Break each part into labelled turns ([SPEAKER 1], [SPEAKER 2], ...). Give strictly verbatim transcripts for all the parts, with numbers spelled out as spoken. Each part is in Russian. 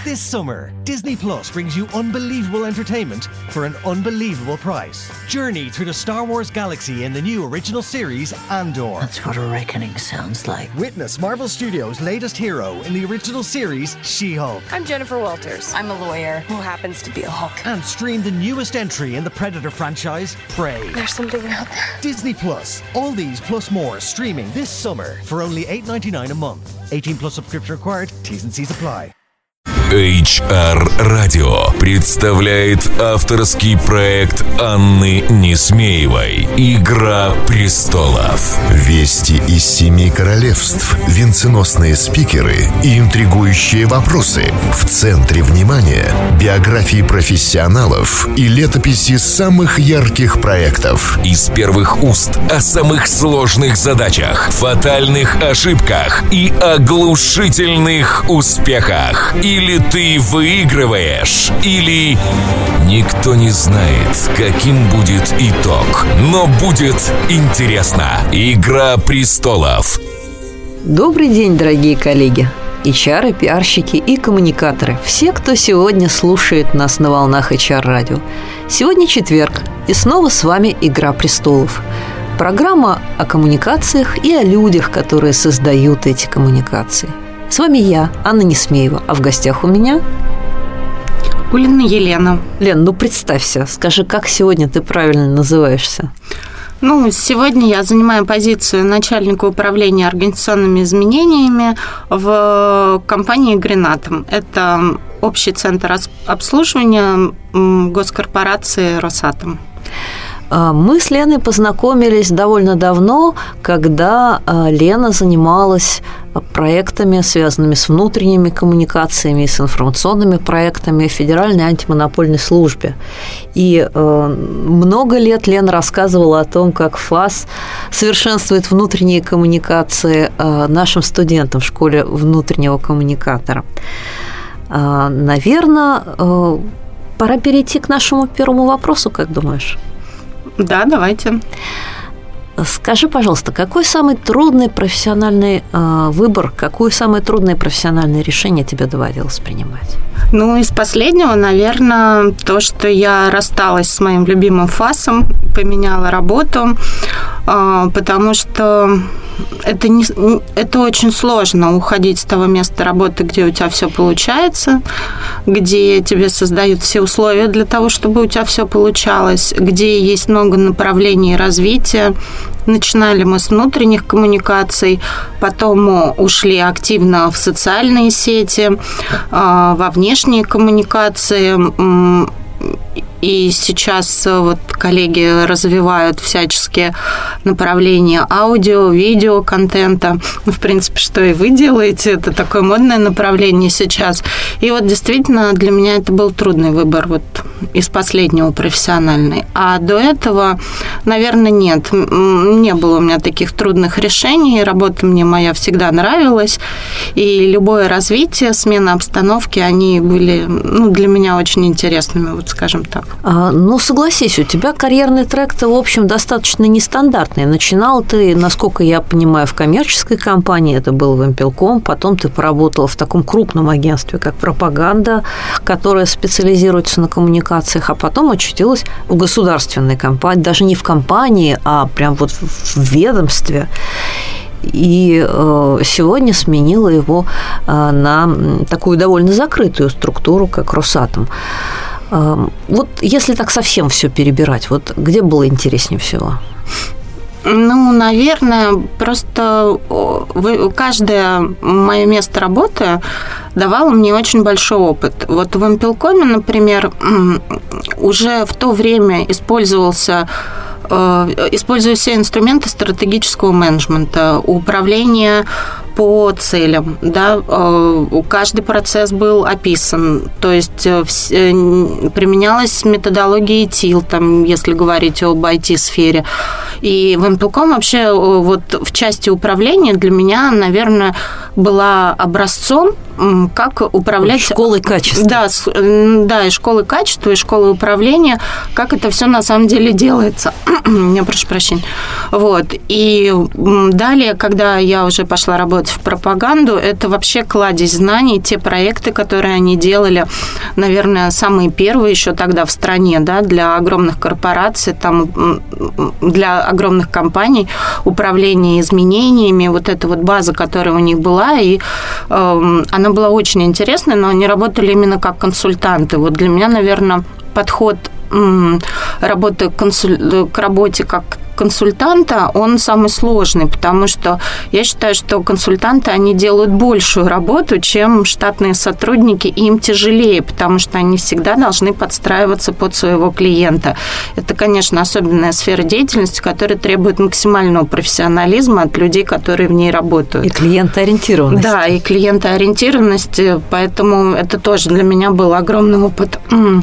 [SPEAKER 1] This summer, Disney Plus brings you unbelievable entertainment for an unbelievable price. Journey through the Star Wars galaxy in the new original series, Andor.
[SPEAKER 2] That's what a reckoning sounds like.
[SPEAKER 1] Witness Marvel Studios' latest hero in the original series, She-Hulk.
[SPEAKER 3] I'm Jennifer Walters.
[SPEAKER 4] I'm a lawyer
[SPEAKER 3] who happens to be a Hulk.
[SPEAKER 1] And stream the newest entry in the Predator franchise, Prey.
[SPEAKER 3] There's something out there.
[SPEAKER 1] Disney Plus. All these plus more streaming this summer for only eight ninety-nine a month. eighteen plus subscription required. T's and C's apply.
[SPEAKER 5] эйч ар Radio представляет авторский проект Анны Несмеевой «Игра престолов».
[SPEAKER 6] Вести из семи королевств, венценосные спикеры и интригующие вопросы. В центре внимания биографии профессионалов и летописи самых ярких проектов.
[SPEAKER 5] Из первых уст о самых сложных задачах, фатальных ошибках и оглушительных успехах. Или ты выигрываешь, или никто не знает, каким будет итог. Но будет интересно. «Игра престолов».
[SPEAKER 7] Добрый день, дорогие коллеги, эйч ар, пиарщики и коммуникаторы. Все, кто сегодня слушает нас на волнах эйч ар-радио. Сегодня четверг, и снова с вами «Игра престолов». Программа о коммуникациях и о людях, которые создают эти коммуникации. С вами я, Анна Несмеева, а в гостях у меня...
[SPEAKER 8] Улина Елена.
[SPEAKER 7] Лен, ну представься, скажи, как сегодня ты правильно называешься?
[SPEAKER 8] Ну, сегодня я занимаю позицию начальника управления организационными изменениями в компании «Гренатом». Это общий центр обслуживания госкорпорации «Росатом».
[SPEAKER 7] Мы с Леной познакомились довольно давно, когда Лена занималась проектами, связанными с внутренними коммуникациями и с информационными проектами в Федеральной антимонопольной службе. И много лет Лена рассказывала о том, как ФАС совершенствует внутренние коммуникации нашим студентам в школе внутреннего коммуникатора. Наверное, пора перейти к нашему первому вопросу, как думаешь?
[SPEAKER 8] Да, давайте.
[SPEAKER 7] Скажи, пожалуйста, какой самый трудный профессиональный э, выбор, какое самое трудное профессиональное решение тебе доводилось принимать?
[SPEAKER 8] Ну, из последнего, наверное, то, что я рассталась с моим любимым ФАСом, поменяла работу, э, потому что это, не, это очень сложно уходить с того места работы, где у тебя все получается, где тебе создают все условия для того, чтобы у тебя все получалось, где есть много направлений развития. Начинали мы с внутренних коммуникаций, потом ушли активно в социальные сети, во внешние коммуникации. И сейчас вот коллеги развивают всяческие направления аудио, видео, контента. В принципе, что и вы делаете, это такое модное направление сейчас. И вот действительно для меня это был трудный выбор вот из последнего профессиональный. А до этого, наверное, нет. Не было у меня таких трудных решений. Работа мне моя всегда нравилась. И любое развитие, смена обстановки, они были, ну, для меня очень интересными, вот скажем так.
[SPEAKER 7] А, ну, согласись, у тебя карьерный трек-то, в общем, достаточно нестандартный. Начинал ты, насколько я понимаю, в коммерческой компании, это был Вимпелком, потом ты поработала в таком крупном агентстве, как «Пропаганда», которое специализируется на коммуникациях, а потом очутилась в государственной компании, даже не в компании, а прям вот в ведомстве. И сегодня сменила его на такую довольно закрытую структуру, как «Росатом». Вот если так совсем все перебирать, вот где было интереснее всего?
[SPEAKER 8] Ну, наверное, просто каждое мое место работы давало мне очень большой опыт. Вот в Вимпелкоме, например, уже в то время использовался используя все инструменты стратегического менеджмента, управления по целям, да, каждый процесс был описан, то есть применялась методология ТИЛ, там, если говорить об ай ти-сфере. И Вимпелком вообще вот в части управления для меня, наверное, была образцом как управлять...
[SPEAKER 7] Школой качества.
[SPEAKER 8] Да, да, и школы качества, и школы управления, как это все на самом деле делается. Я прошу прощения. Вот. И далее, когда я уже пошла работать в пропаганду, это вообще кладезь знаний, те проекты, которые они делали, наверное, самые первые еще тогда в стране, да, для огромных корпораций, там, для огромных компаний, управление изменениями, вот эта вот база, которая у них была, и э, она была очень интересной, но они работали именно как консультанты. Вот для меня, наверное, подход э, работы консуль... к работе как консультанта, он самый сложный, потому что я считаю, что консультанты, они делают большую работу, чем штатные сотрудники, и им тяжелее, потому что они всегда должны подстраиваться под своего клиента. Это, конечно, особенная сфера деятельности, которая требует максимального профессионализма от людей, которые в ней работают.
[SPEAKER 7] И клиентоориентированности.
[SPEAKER 8] Да, и клиентоориентированности, поэтому это тоже для меня был огромный опыт.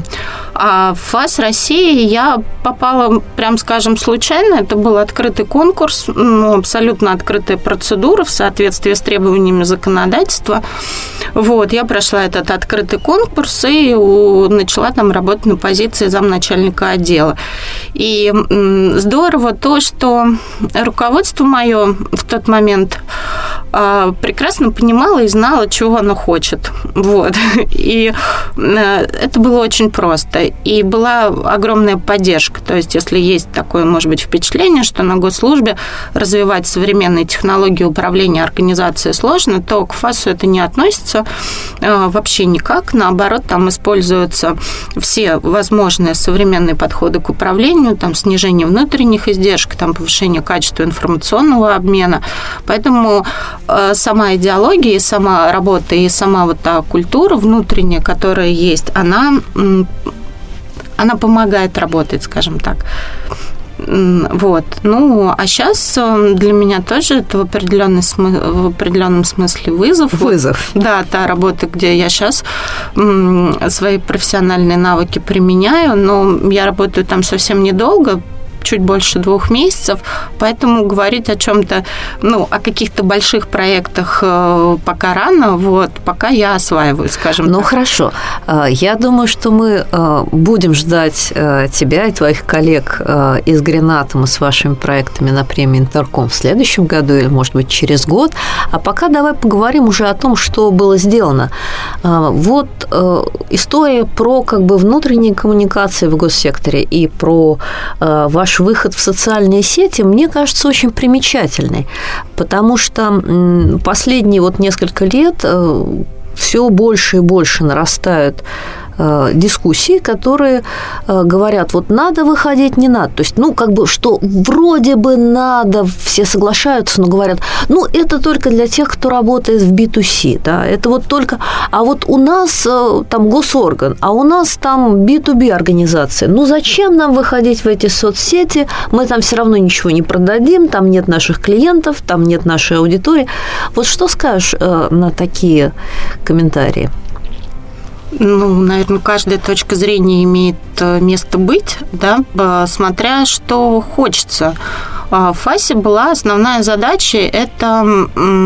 [SPEAKER 8] А в ФАС России я попала, прям скажем, случайно. Это был открытый конкурс, ну, абсолютно открытая процедура в соответствии с требованиями законодательства. Вот, я прошла этот открытый конкурс и начала там работать на позиции замначальника отдела. И здорово то, что руководство мое в тот момент прекрасно понимало и знало, чего оно хочет. Вот. И это было очень просто. И была огромная поддержка. То есть, если есть такое, может быть, впечатление, что на госслужбе развивать современные технологии управления организацией сложно, то к ФАСу это не относится вообще никак. Наоборот, там используются все возможные современные подходы к управлению, там снижение внутренних издержек, там повышение качества информационного обмена. Поэтому сама идеология, сама работа и сама вот та культура внутренняя, которая есть, она, она помогает работать, скажем так. Вот. Ну, а сейчас для меня тоже это в, определенный смы- в определенном смысле вызов.
[SPEAKER 7] Вызов.
[SPEAKER 8] Вот, да, та работа, где я сейчас свои профессиональные навыки применяю, но я работаю там совсем недолго, чуть больше двух месяцев, поэтому говорить о чем-то, ну, о каких-то больших проектах пока рано, вот, пока я осваиваю, скажем
[SPEAKER 7] ну,
[SPEAKER 8] так.
[SPEAKER 7] Ну, хорошо. Я думаю, что мы будем ждать тебя и твоих коллег из Гренатома с вашими проектами на премии Интерком в следующем году или, может быть, через год. А пока давай поговорим уже о том, что было сделано. Вот история про как бы внутренние коммуникации в госсекторе и про ваш выход в социальные сети, мне кажется, очень примечательный, потому что последние вот несколько лет все больше и больше нарастают дискуссии, которые говорят, вот надо выходить, не надо. То есть, ну, как бы, что вроде бы надо, все соглашаются, но говорят, ну, это только для тех, кто работает в би ту си, да, это вот только, а вот у нас там госорган, а у нас там би ту би организация. Ну, зачем нам выходить в эти соцсети? Мы там все равно ничего не продадим, там нет наших клиентов, там нет нашей аудитории. Вот что скажешь на такие комментарии?
[SPEAKER 8] Ну, наверное, каждая точка зрения имеет место быть, да, смотря что хочется. В ФАСе была основная задача – это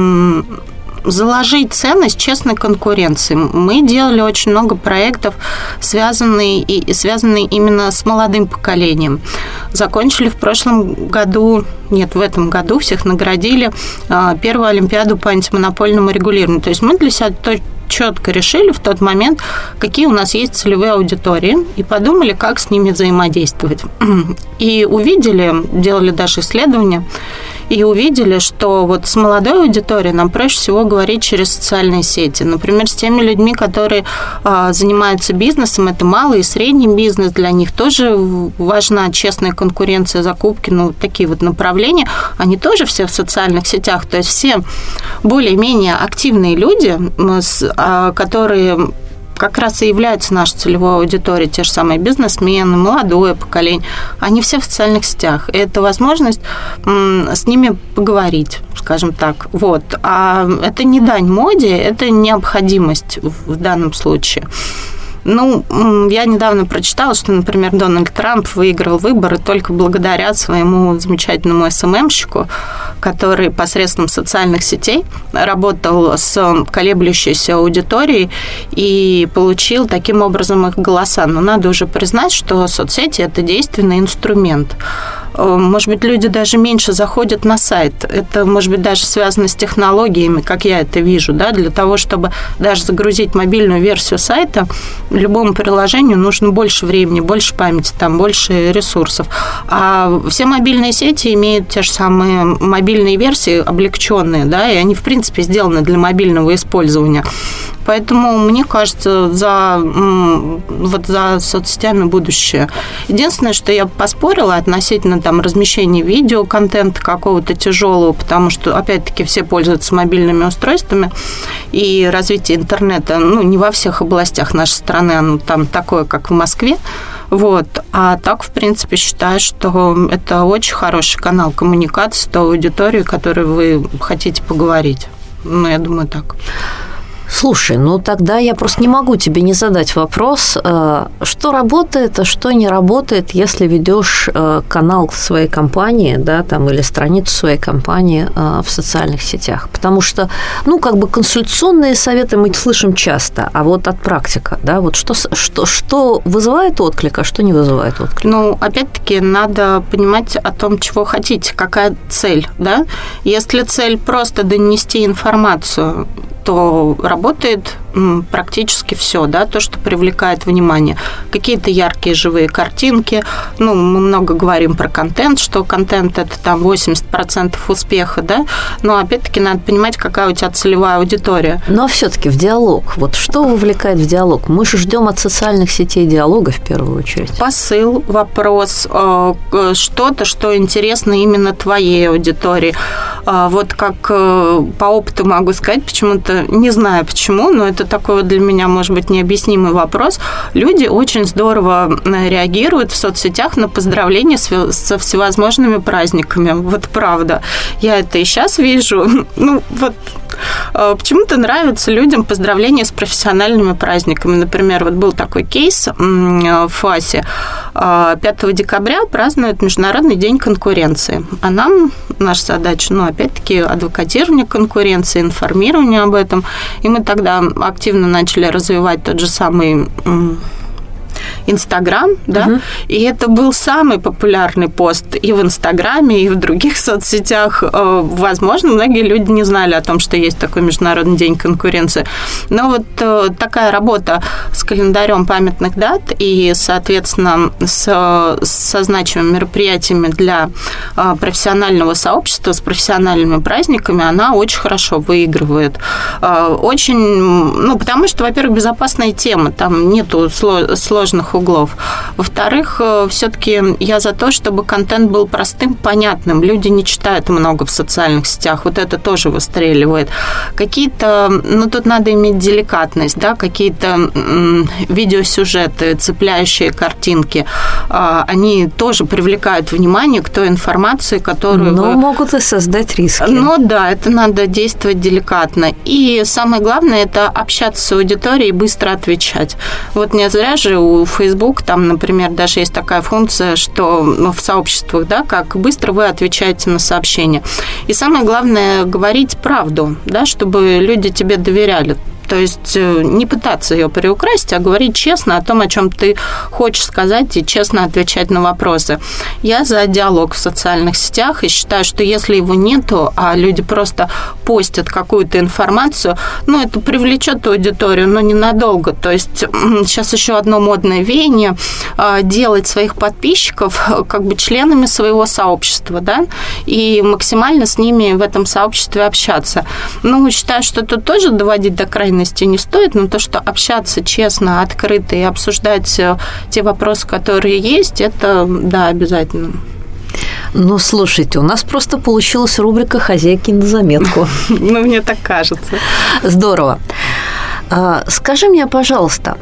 [SPEAKER 8] заложить ценность честной конкуренции. Мы делали очень много проектов, связанные, и, связанные именно с молодым поколением. Закончили в прошлом году, нет, в этом году всех наградили первую Олимпиаду по антимонопольному регулированию. То есть мы для себя четко решили в тот момент, какие у нас есть целевые аудитории, и подумали, как с ними взаимодействовать. И увидели, делали даже исследования, и увидели, что вот с молодой аудиторией нам проще всего говорить через социальные сети. Например, с теми людьми, которые а, занимаются бизнесом, это малый и средний бизнес, для них тоже важна честная конкуренция, закупки, ну, такие вот направления, они тоже все в социальных сетях, то есть все более-менее активные люди, а, которые как раз и являются нашей целевой аудиторией, те же самые бизнесмены, молодое поколение, они все в социальных сетях. И это возможность с ними поговорить, скажем так. Вот. А это не дань моде, это необходимость в данном случае. Ну, я недавно прочитала, что, например, Дональд Трамп выиграл выборы только благодаря своему замечательному эс эм эм-щику, который посредством социальных сетей работал с колеблющейся аудиторией и получил таким образом их голоса. Но надо уже признать, что соцсети – это действенный инструмент. Может быть, люди даже меньше заходят на сайт. Это, может быть, даже связано с технологиями, как я это вижу. Да? Для того, чтобы даже загрузить мобильную версию сайта, любому приложению нужно больше времени, больше памяти, там, больше ресурсов. А все мобильные сети имеют те же самые мобильные версии, облегченные, да, и они, в принципе, сделаны для мобильного использования. Поэтому, мне кажется, за, вот за соцсетями будущее. Единственное, что я поспорила относительно там, размещения видео, контента какого-то тяжелого, потому что, опять-таки, все пользуются мобильными устройствами, и развитие интернета, ну, не во всех областях нашей страны, оно там такое, как в Москве. Вот. А так, в принципе, считаю, что это очень хороший канал коммуникации с той аудиторией, которой вы хотите поговорить. Ну, я думаю, так.
[SPEAKER 7] Слушай, ну тогда я просто не могу тебе не задать вопрос, что работает, а что не работает, если ведешь канал своей компании, да, там, или страницу своей компании в социальных сетях. Потому что, ну, как бы консультационные советы мы слышим часто, а вот от практика, да, вот что, что, что вызывает отклик, а что не вызывает отклик?
[SPEAKER 8] Ну, опять-таки, надо понимать о том, чего хотите, какая цель, да. Если цель просто донести информацию, то работает практически все, да, то, что привлекает внимание. Какие-то яркие живые картинки. Ну, мы много говорим про контент, что контент – это там восемьдесят процентов успеха, да, но опять-таки надо понимать, какая у тебя целевая аудитория.
[SPEAKER 7] Но все-таки в диалог. Вот что вовлекает в диалог? Мы же ждем от социальных сетей диалога в первую очередь.
[SPEAKER 8] Посыл, вопрос, что-то, что интересно именно твоей аудитории. Вот как по опыту могу сказать, почему-то не знаю почему, но это такой вот для меня, может быть, необъяснимый вопрос. Люди очень здорово реагируют в соцсетях на поздравления со всевозможными праздниками. Вот правда. Я это и сейчас вижу. Ну, вот почему-то нравятся людям поздравления с профессиональными праздниками. Например, вот был такой кейс в ФАСе. пятого декабря празднуют Международный день конкуренции. А нам наша задача, ну, опять-таки, адвокатирование конкуренции, информирование об этом. И мы тогда активно начали развивать тот же самый Инстаграм, да, угу. И это был самый популярный пост и в Инстаграме, и в других соцсетях. Возможно, многие люди не знали о том, что есть такой Международный день конкуренции. Но вот такая работа с календарем памятных дат и, соответственно, с, со значимыми мероприятиями для профессионального сообщества, с профессиональными праздниками, она очень хорошо выигрывает. Очень, ну, потому что, во-первых, безопасная тема, там нету сложных углов. Во-вторых, все-таки я за то, чтобы контент был простым, понятным. Люди не читают много в социальных сетях. Вот это тоже выстреливает. Какие-то, ну, тут надо иметь деликатность, да, какие-то м- видеосюжеты, цепляющие картинки, а, они тоже привлекают внимание к той информации, которую
[SPEAKER 7] Но
[SPEAKER 8] вы...
[SPEAKER 7] могут и создать риски.
[SPEAKER 8] Ну, да, это надо действовать деликатно. И самое главное, это общаться с аудиторией и быстро отвечать. Вот не зря же у Facebook, там, например, даже есть такая функция, что в сообществах, да, как быстро вы отвечаете на сообщения. И самое главное, говорить правду, да, чтобы люди тебе доверяли. То есть не пытаться ее приукрасить, а говорить честно о том, о чем ты хочешь сказать, и честно отвечать на вопросы. Я за диалог в социальных сетях и считаю, что если его нету, а люди просто постят какую-то информацию, ну, это привлечет аудиторию, но ненадолго. То есть сейчас еще одно модное веяние – делать своих подписчиков как бы членами своего сообщества, да, и максимально с ними в этом сообществе общаться. Ну, считаю, что тут тоже доводить до крайности не стоит, но то, что общаться честно, открыто и обсуждать те вопросы, которые есть, это, да, обязательно.
[SPEAKER 7] Ну, слушайте, у нас просто получилась рубрика «Хозяйки на заметку».
[SPEAKER 8] Ну, мне так кажется.
[SPEAKER 7] Здорово. Скажи мне, пожалуйста,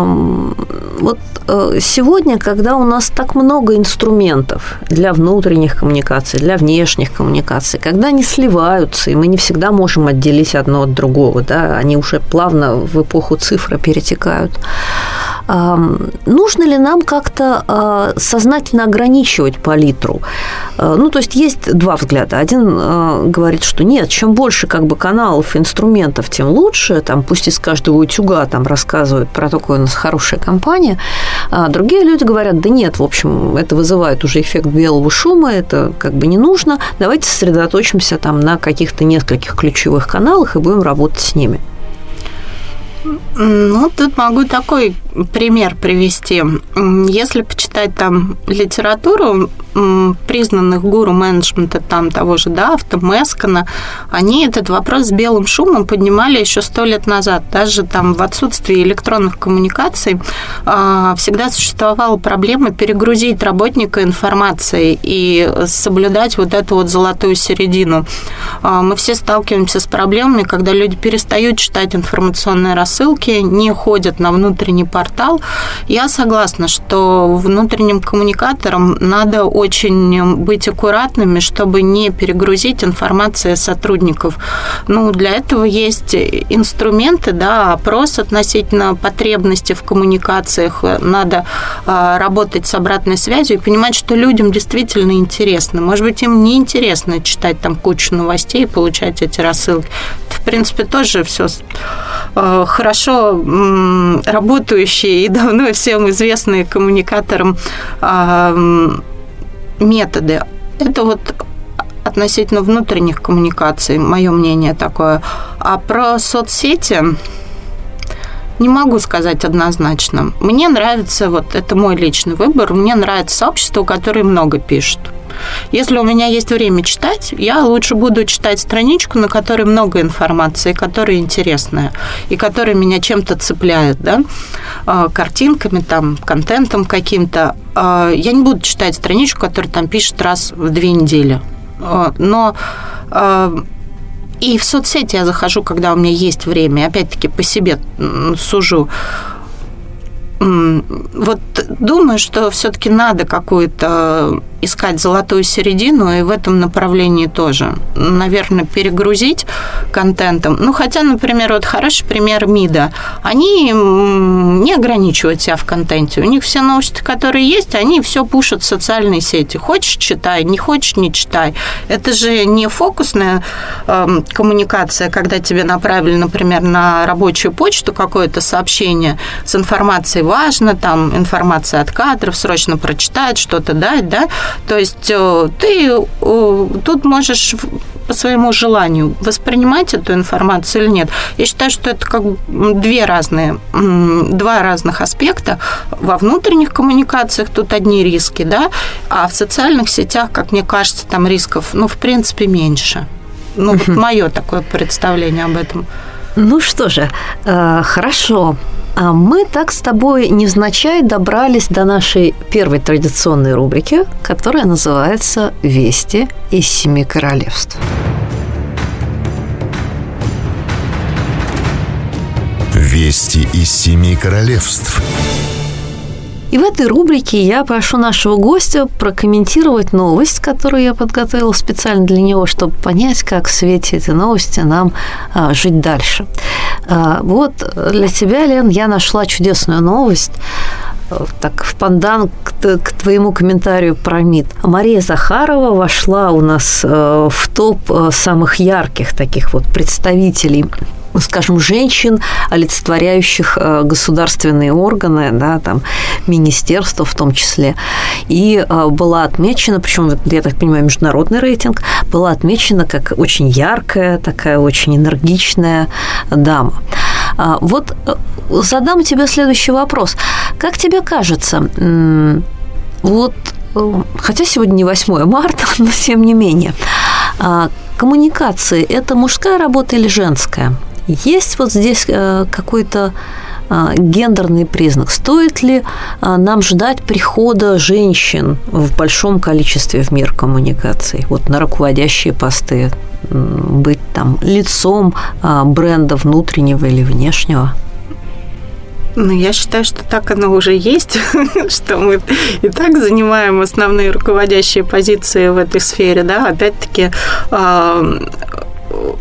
[SPEAKER 7] вот сегодня, когда у нас так много инструментов для внутренних коммуникаций, для внешних коммуникаций, когда они сливаются, и мы не всегда можем отделить одно от другого, да, они уже плавно в эпоху цифры перетекают, Нужно ли нам как-то сознательно ограничивать палитру? Ну, то есть есть два взгляда. Один говорит, что нет, чем больше как бы каналов, инструментов, тем лучше. Там, пусть из каждого утюга там рассказывают про то, какая у нас хорошая компания. А другие люди говорят, да нет, в общем, это вызывает уже эффект белого шума, это как бы не нужно. Давайте сосредоточимся там на каких-то нескольких ключевых каналах и будем работать с ними.
[SPEAKER 8] Ну, тут могу такой пример привести. Если почитать там литературу признанных гуру менеджмента, там того же Дафта, Мэскана, они этот вопрос с белым шумом поднимали еще сто лет назад. Даже там в отсутствии электронных коммуникаций всегда существовала проблема перегрузить работника информацией и соблюдать вот эту вот золотую середину. Мы все сталкиваемся с проблемами, когда люди перестают читать информационные рассылки, не ходят на внутренний портал. Я согласна, что внутренним коммуникаторам надо очень быть аккуратными, чтобы не перегрузить информацией сотрудников. Ну, для этого есть инструменты, да, опрос относительно потребностей в коммуникациях. Надо а, работать с обратной связью и понимать, что людям действительно интересно. Может быть, им не интересно читать там кучу новостей и получать эти рассылки. Это, в принципе, тоже все а, хорошо м, работающие и давно всем известные коммуникаторам а, методы. Это вот относительно внутренних коммуникаций, мое мнение такое. А про соцсети не могу сказать однозначно. Мне нравится, вот это мой личный выбор, мне нравится сообщество, которое много пишет. Если у меня есть время читать, я лучше буду читать страничку, на которой много информации, которая интересная, и которая меня чем-то цепляет, да, картинками, там, контентом каким-то. Я не буду читать страничку, которая там пишет раз в две недели. Но и в соцсети я захожу, когда у меня есть время, опять-таки по себе сужу. Вот думаю, что все-таки надо какую-то искать золотую середину, и в этом направлении тоже, наверное, перегрузить контентом. Ну, хотя, например, вот хороший пример МИДа. Они не ограничивают себя в контенте. У них все новости, которые есть, они все пушат в социальные сети. Хочешь – читай, не хочешь – не читай. Это же не фокусная э, коммуникация, когда тебе направили, например, на рабочую почту какое-то сообщение с информацией важно, там информация от кадров, срочно прочитать, что-то дать, да. То есть ты тут можешь по своему желанию воспринимать эту информацию или нет. Я считаю, что это как две разные, два разных аспекта. Во внутренних коммуникациях тут одни риски, да, а в социальных сетях, как мне кажется, там рисков, ну, в принципе, меньше. Ну, вот мое такое представление об этом.
[SPEAKER 7] Ну что же, хорошо. А мы так с тобой невзначай добрались до нашей первой традиционной рубрики, которая называется «Вести из семи королевств».
[SPEAKER 6] Вести из семи королевств.
[SPEAKER 7] И в этой рубрике я прошу нашего гостя прокомментировать новость, которую я подготовила специально для него, чтобы понять, как в свете этой новости нам а, жить дальше. А, вот для тебя, Лен, я нашла чудесную новость, так, в пандан к, к твоему комментарию про МИД. Мария Захарова вошла у нас в топ самых ярких таких вот представителей, скажем, женщин, олицетворяющих государственные органы, да, там, министерства в том числе. И была отмечена, причем, я так понимаю, международный рейтинг, была отмечена как очень яркая, такая очень энергичная дама. Вот задам тебе следующий вопрос. Как тебе кажется, вот, хотя сегодня не восьмое марта, но тем не менее, коммуникации – это мужская работа или женская? Есть вот здесь какой-то гендерный признак? Стоит ли нам ждать прихода женщин в большом количестве в мир коммуникаций, вот на руководящие посты, быть там лицом бренда внутреннего или внешнего?
[SPEAKER 8] Ну, я считаю, что так оно уже есть, что мы и так занимаем основные руководящие позиции в этой сфере, да, опять-таки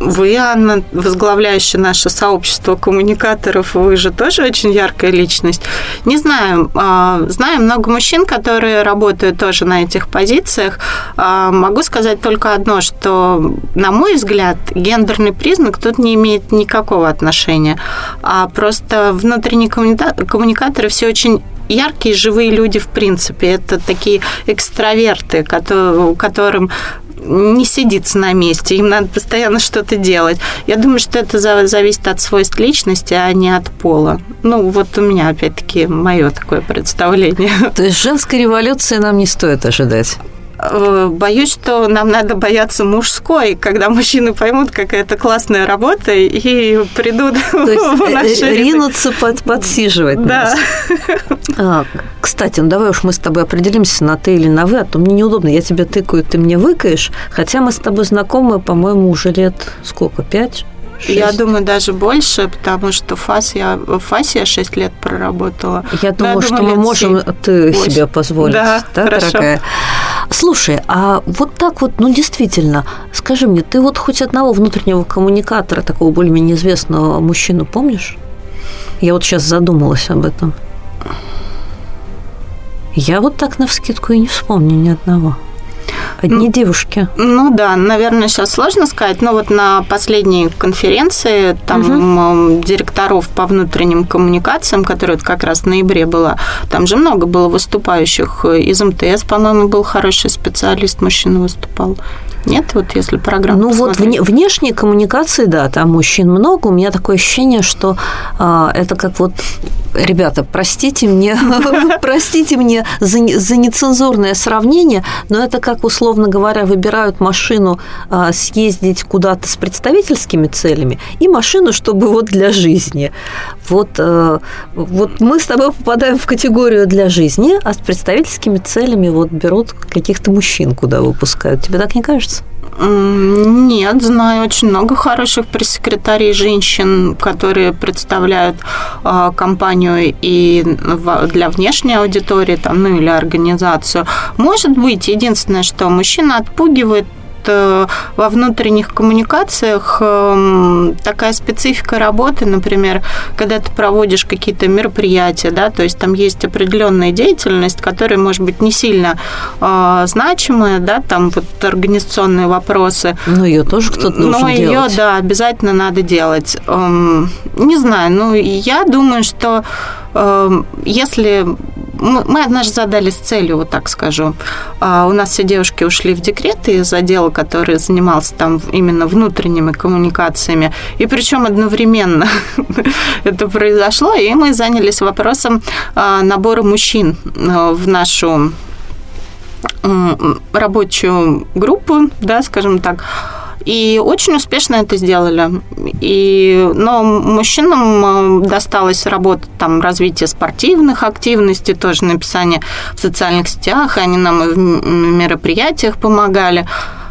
[SPEAKER 8] Вы, Анна, возглавляющая наше сообщество коммуникаторов, вы же тоже очень яркая личность. Не знаю, знаю много мужчин, которые работают тоже на этих позициях. Могу сказать только одно, что, на мой взгляд, гендерный признак тут не имеет никакого отношения. А просто внутренние коммуникаторы все очень яркие, живые люди в принципе. Это такие экстраверты, которым не сидится на месте, им надо постоянно что-то делать. Я думаю, что это зависит от свойств личности, а не от пола. Ну, вот у меня, опять-таки, мое такое представление.
[SPEAKER 7] То есть женской революции нам не стоит ожидать?
[SPEAKER 8] Боюсь, что нам надо бояться мужской, когда мужчины поймут, какая это классная работа, и придут
[SPEAKER 7] То есть
[SPEAKER 8] в наши
[SPEAKER 7] ринуться под, подсиживать
[SPEAKER 8] да.
[SPEAKER 7] нас. А, кстати, ну давай уж мы с тобой определимся на ты или на вы, а то мне неудобно, я тебя тыкаю, ты мне выкаешь, хотя мы с тобой знакомы, по-моему, уже лет сколько, пять? шесть?
[SPEAKER 8] Я думаю, даже больше, потому что в ФАСе я, в ФАСе я шесть лет проработала.
[SPEAKER 7] Я думаю, да, что думаю, мы можем ты восемь. Себе позволить,
[SPEAKER 8] да,
[SPEAKER 7] да,
[SPEAKER 8] хорошо.
[SPEAKER 7] Дорогая? Слушай, а вот так вот, ну, действительно, скажи мне, ты вот хоть одного внутреннего коммуникатора, такого более-менее известного мужчину помнишь? Я вот сейчас задумалась об этом. Я вот так навскидку и не вспомню ни одного. Одни ну, девушки.
[SPEAKER 8] Ну да, наверное, сейчас сложно сказать, но вот на последней конференции там угу. директоров по внутренним коммуникациям, которая вот как раз в ноябре была, там же много было выступающих. Из МТС, по-моему, был хороший специалист, мужчина выступал. Нет, вот если программу
[SPEAKER 7] Ну
[SPEAKER 8] посмотреть.
[SPEAKER 7] вот вне, внешние коммуникации, да, там мужчин много. У меня такое ощущение, что а, это как вот, ребята, простите мне, простите мне за, за нецензурное сравнение, но это как, условно говоря, выбирают машину а, съездить куда-то с представительскими целями и машину, чтобы вот для жизни. Вот, а, вот мы с тобой попадаем в категорию для жизни, а с представительскими целями вот берут каких-то мужчин, куда выпускают. Тебе так не кажется?
[SPEAKER 8] Нет, знаю очень много хороших пресс-секретарей женщин, которые представляют э, компанию и для внешней аудитории, там, ну или организацию. Может быть, единственное, что мужчина отпугивает во внутренних коммуникациях такая специфика работы, например, когда ты проводишь какие-то мероприятия, да, то есть там есть определенная деятельность, которая, может быть, не сильно э, значимая, да, там вот организационные вопросы.
[SPEAKER 7] Но ее тоже кто-то должен
[SPEAKER 8] Но
[SPEAKER 7] делать.
[SPEAKER 8] ее, да, обязательно надо делать. Эм, не знаю, ну, я думаю, что э, если... Мы однажды задались целью, вот так скажу. У нас все девушки ушли в декрет из отдела, который занимался там именно внутренними коммуникациями. И причем одновременно это произошло, и мы занялись вопросом набора мужчин в нашу рабочую группу, да, скажем так. И очень успешно это сделали. И, но мужчинам досталась работа, там, развитие спортивных активностей, тоже написание в социальных сетях, они нам и в мероприятиях помогали.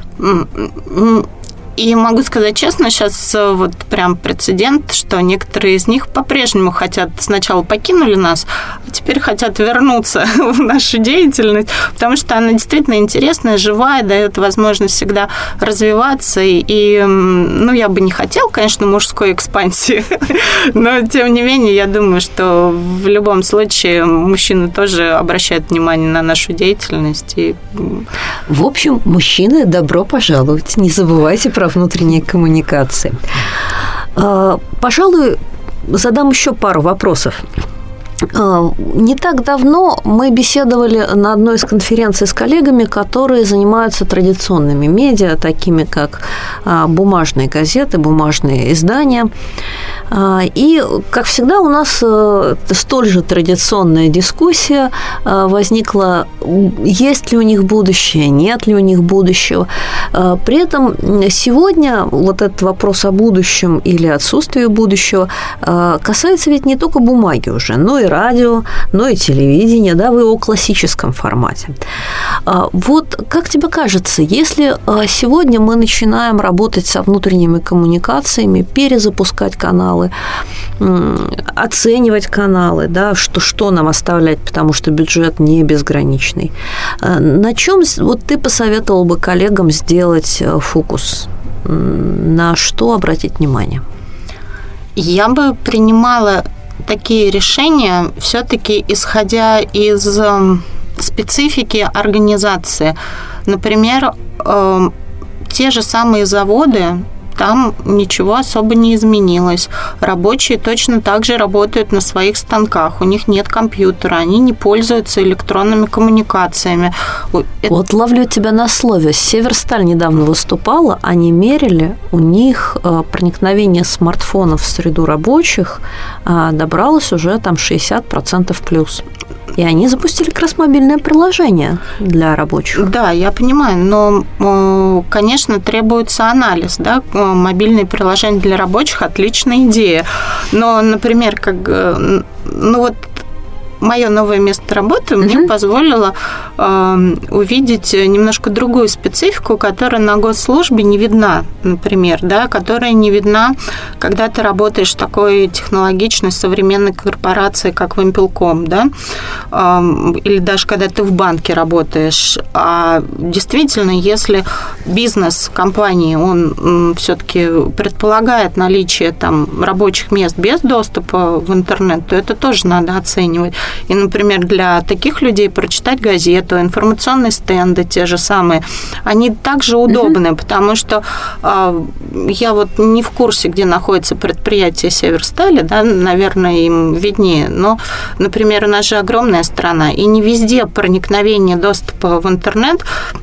[SPEAKER 8] И могу сказать честно, сейчас вот прям прецедент, что некоторые из них по-прежнему хотят, сначала покинули нас, а теперь хотят вернуться в нашу деятельность, потому что она действительно интересная, живая, дает возможность всегда развиваться. И, ну, я бы не хотела, конечно, мужской экспансии, но, тем не менее, я думаю, что в любом случае мужчины тоже обращают внимание на нашу деятельность. И...
[SPEAKER 7] В общем, мужчины, добро пожаловать. Не забывайте про внутренние коммуникации. Пожалуй, задам еще пару вопросов. Не так давно мы беседовали на одной из конференций с коллегами, которые занимаются традиционными медиа, такими как бумажные газеты, бумажные издания. И, как всегда, у нас столь же традиционная дискуссия возникла, есть ли у них будущее, нет ли у них будущего. При этом сегодня вот этот вопрос о будущем или отсутствии будущего касается ведь не только бумаги уже, но и радио, но и телевидение, да, в его классическом формате. Вот как тебе кажется, если сегодня мы начинаем работать со внутренними коммуникациями, перезапускать каналы, оценивать каналы, да, что, что нам оставлять, потому что бюджет не безграничный, на чем вот ты посоветовал бы коллегам сделать фокус? на что обратить внимание?
[SPEAKER 8] Я бы принимала такие решения все-таки исходя из специфики организации. Например, те же самые заводы, там ничего особо не изменилось. Рабочие точно так же работают на своих станках. У них нет компьютера, они не пользуются электронными коммуникациями.
[SPEAKER 7] Вот ловлю тебя на слове. Северсталь недавно выступала, они мерили, у них проникновение смартфонов в среду рабочих добралось уже там шестьдесят процентов плюс. И они запустили как раз мобильное приложение для рабочих.
[SPEAKER 8] Да, я понимаю, но, конечно, требуется анализ. Да? Мобильное приложение для рабочих – отличная идея. Но, например, как, ну вот мое новое место работы uh-huh. мне позволило э, увидеть немножко другую специфику, которая на госслужбе не видна, например, да, которая не видна, когда ты работаешь в такой технологичной современной корпорации, как Вимпелком, да, э, или даже когда ты в банке работаешь. А действительно, если бизнес компании, он все-таки предполагает наличие там рабочих мест без доступа в интернет, то это тоже надо оценивать. И, например, для таких людей прочитать газету, информационные стенды те же самые, они также удобны, uh-huh. потому что э, я вот не в курсе, где находится предприятие Северстали, да, наверное, им виднее, но, например, у нас же огромная страна, и не везде проникновение доступа в интернет,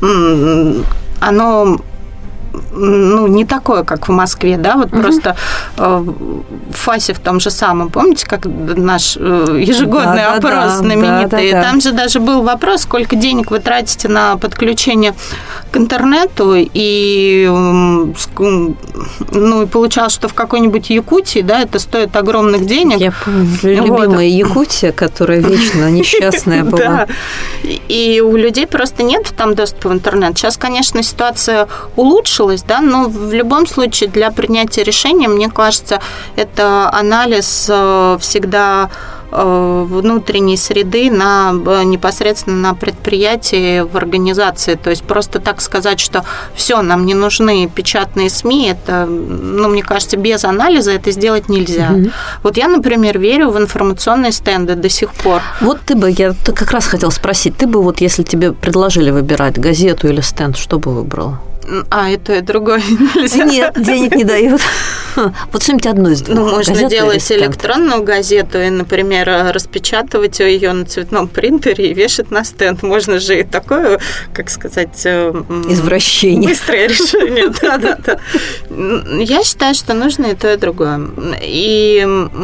[SPEAKER 8] оно... ну, не такое, как в Москве, да, вот угу. просто э, в ФАСе в том же самом, помните, как наш э, ежегодный да, опрос да, знаменитый, да, да, да. Там же даже был вопрос, сколько денег вы тратите на подключение к интернету, и, ну, и получалось, что в какой-нибудь Якутии, да, это стоит огромных денег.
[SPEAKER 7] Я помню, любимая вот. Якутия, которая вечно несчастная была.
[SPEAKER 8] Да, и у людей просто нет там доступа в интернет. Сейчас, конечно, ситуация улучшилась, да, но в любом случае для принятия решения, мне кажется, это анализ всегда внутренней среды на, непосредственно на предприятии, в организации. То есть просто так сказать, что все, нам не нужны печатные СМИ, это, ну, мне кажется, без анализа это сделать нельзя. Mm-hmm. Вот я, например, верю в информационные стенды до сих пор.
[SPEAKER 7] Вот ты бы, я как раз хотела спросить, ты бы вот, если тебе предложили выбирать газету или стенд, что бы выбрала?
[SPEAKER 8] А, и то, и другое нельзя.
[SPEAKER 7] Нет, денег не дают. Вот что-нибудь одно из двух.
[SPEAKER 8] Ну, можно газета делать электронную газету и, например, распечатывать ее на цветном принтере и вешать на стенд. Можно же и такое, как сказать...
[SPEAKER 7] извращение.
[SPEAKER 8] Быстрое решение, да-да-да. Я считаю, что нужно и то, и другое. И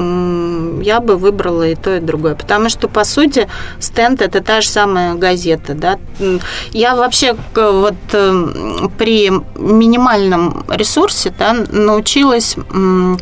[SPEAKER 8] я бы выбрала и то, и другое. Потому что, по сути, стенд – это та же самая газета, да. Я вообще вот при при минимальном ресурсе, да, научилась, ну,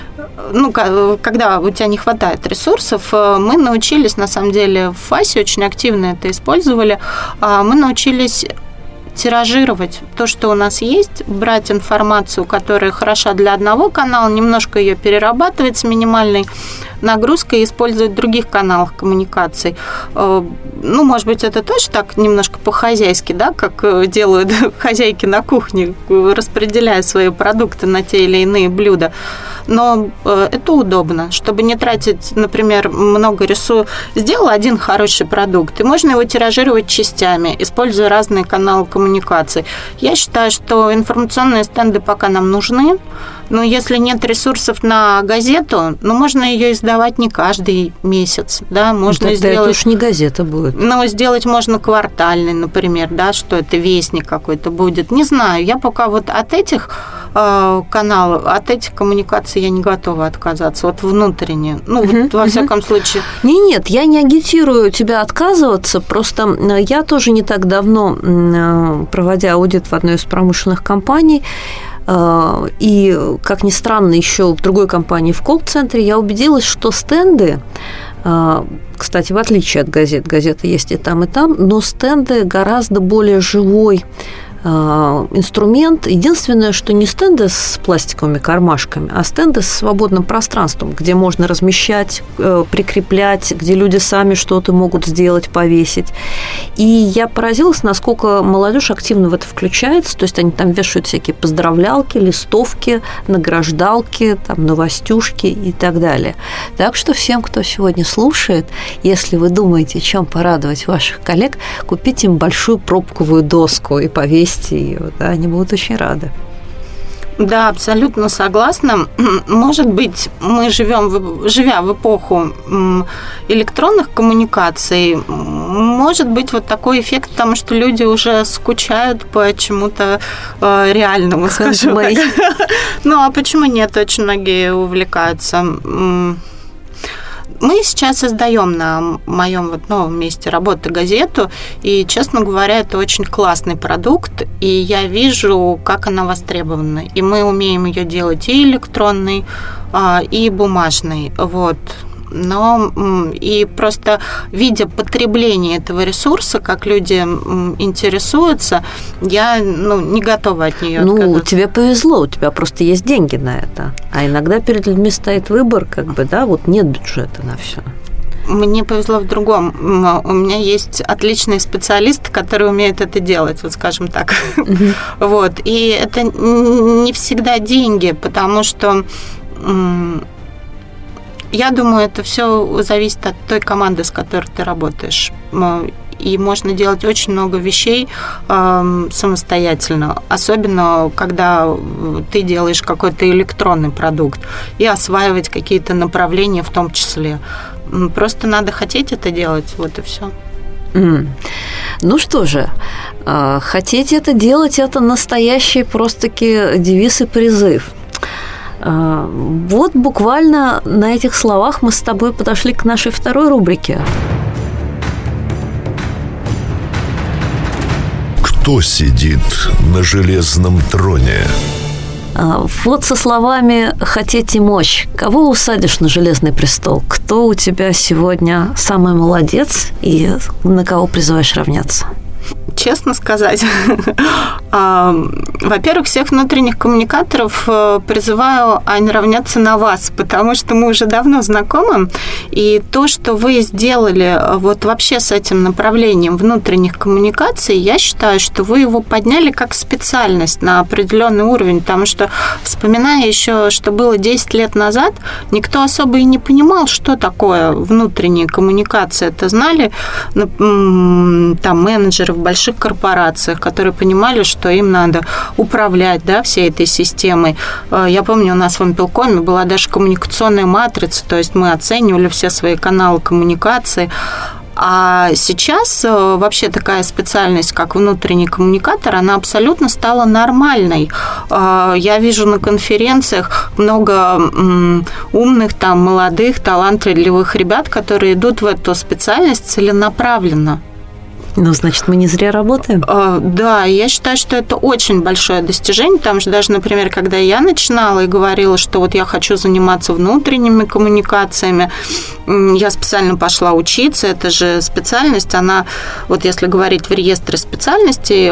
[SPEAKER 8] когда у тебя не хватает ресурсов, мы научились, на самом деле, в ФАСе очень активно это использовали, мы научились тиражировать то, что у нас есть, брать информацию, которая хороша для одного канала, немножко ее перерабатывать с минимальной нагрузкой и использовать в других каналах коммуникаций. Ну, может быть, это тоже так немножко по-хозяйски, да, как делают хозяйки на кухне, распределяя свои продукты на те или иные блюда. Но это удобно, чтобы не тратить, например, много ресурсов. Сделал один хороший продукт, и можно его тиражировать частями, используя разные каналы коммуникаций. Я считаю, что информационные стенды пока нам нужны, но если нет ресурсов на газету, ну, можно ее издавать не каждый месяц, да, можно
[SPEAKER 7] Тогда
[SPEAKER 8] сделать...
[SPEAKER 7] это уж не газета будет.
[SPEAKER 8] Ну, сделать можно квартальный, например, да, что это вестник какой-то будет. Не знаю, я пока вот от этих э, каналов, от этих коммуникаций я не готова отказаться, вот внутренне, ну, uh-huh, вот, во uh-huh. всяком случае.
[SPEAKER 7] Не, нет, я не агитирую тебя отказываться, просто я тоже не так давно, проводя аудит в одной из промышленных компаний, и, как ни странно, еще в другой компании в колл-центре я убедилась, что стенды, кстати, в отличие от газет, газеты есть и там, и там, но стенды гораздо более живой инструмент. Единственное, что не стенды с пластиковыми кармашками, а стенды с свободным пространством, где можно размещать, прикреплять, где люди сами что-то могут сделать, повесить. И я поразилась, насколько молодежь активно в это включается. То есть они там вешают всякие поздравлялки, листовки, награждалки, там, новостюшки и так далее. Так что всем, кто сегодня слушает, если вы думаете, чем порадовать ваших коллег, купите им большую пробковую доску и повесьте ее, да, они будут очень рады.
[SPEAKER 8] Да, абсолютно согласна. Может быть, мы живем, живя в эпоху электронных коммуникаций, может быть вот такой эффект, потому что люди уже скучают по чему-то реальному, скажем так. Ну, а почему нет? Очень многие увлекаются. Мы сейчас создаем на моем вот новом месте работы газету, и, честно говоря, это очень классный продукт, и я вижу, как она востребована. И мы умеем ее делать и электронной, и бумажной. Вот. Но и просто видя потребление этого ресурса, как люди интересуются, я ну, не готова от нее отказаться.
[SPEAKER 7] Ну, тебе повезло, у тебя просто есть деньги на это. А иногда перед людьми стоит выбор, как бы, да, вот нет бюджета на все.
[SPEAKER 8] Мне повезло в другом. У меня есть отличные специалисты, которые умеют это делать, вот скажем так. Mm-hmm. Вот. И это не всегда деньги, потому что я думаю, это все зависит от той команды, с которой ты работаешь. И можно делать очень много вещей э, самостоятельно, особенно когда ты делаешь какой-то электронный продукт, и осваивать какие-то направления в том числе. Просто надо хотеть это делать, вот и все.
[SPEAKER 7] Mm. Ну что же, хотеть это делать – это настоящий просто-таки девиз и призыв. Вот буквально на этих словах мы с тобой подошли к нашей второй рубрике.
[SPEAKER 6] Кто сидит на железном троне?
[SPEAKER 7] Вот со словами «хотеть и мочь». Кого усадишь на железный престол? Кто у тебя сегодня самый молодец и на кого призываешь равняться?
[SPEAKER 8] Честно сказать, во-первых, всех внутренних коммуникаторов призываю равняться на вас, потому что мы уже давно знакомы, и то, что вы сделали вот вообще с этим направлением внутренних коммуникаций, я считаю, что вы его подняли как специальность на определенный уровень, потому что, вспоминая еще, что было десять лет назад, никто особо и не понимал, что такое внутренние коммуникации. Это знали там менеджеры в больших корпорациях, которые понимали, что им надо управлять, да, всей этой системой. Я помню, у нас в Ампелкоме была даже коммуникационная матрица, то есть мы оценивали все свои каналы коммуникации. А сейчас вообще такая специальность, как внутренний коммуникатор, она абсолютно стала нормальной. Я вижу на конференциях много умных, там, молодых, талантливых ребят, которые идут в эту специальность целенаправленно.
[SPEAKER 7] Ну, значит, мы не зря работаем.
[SPEAKER 8] Да, я считаю, что это очень большое достижение, потому что даже, например, когда я начинала и говорила, что вот я хочу заниматься внутренними коммуникациями, я специально пошла учиться, это же специальность, она, вот если говорить в реестре специальностей,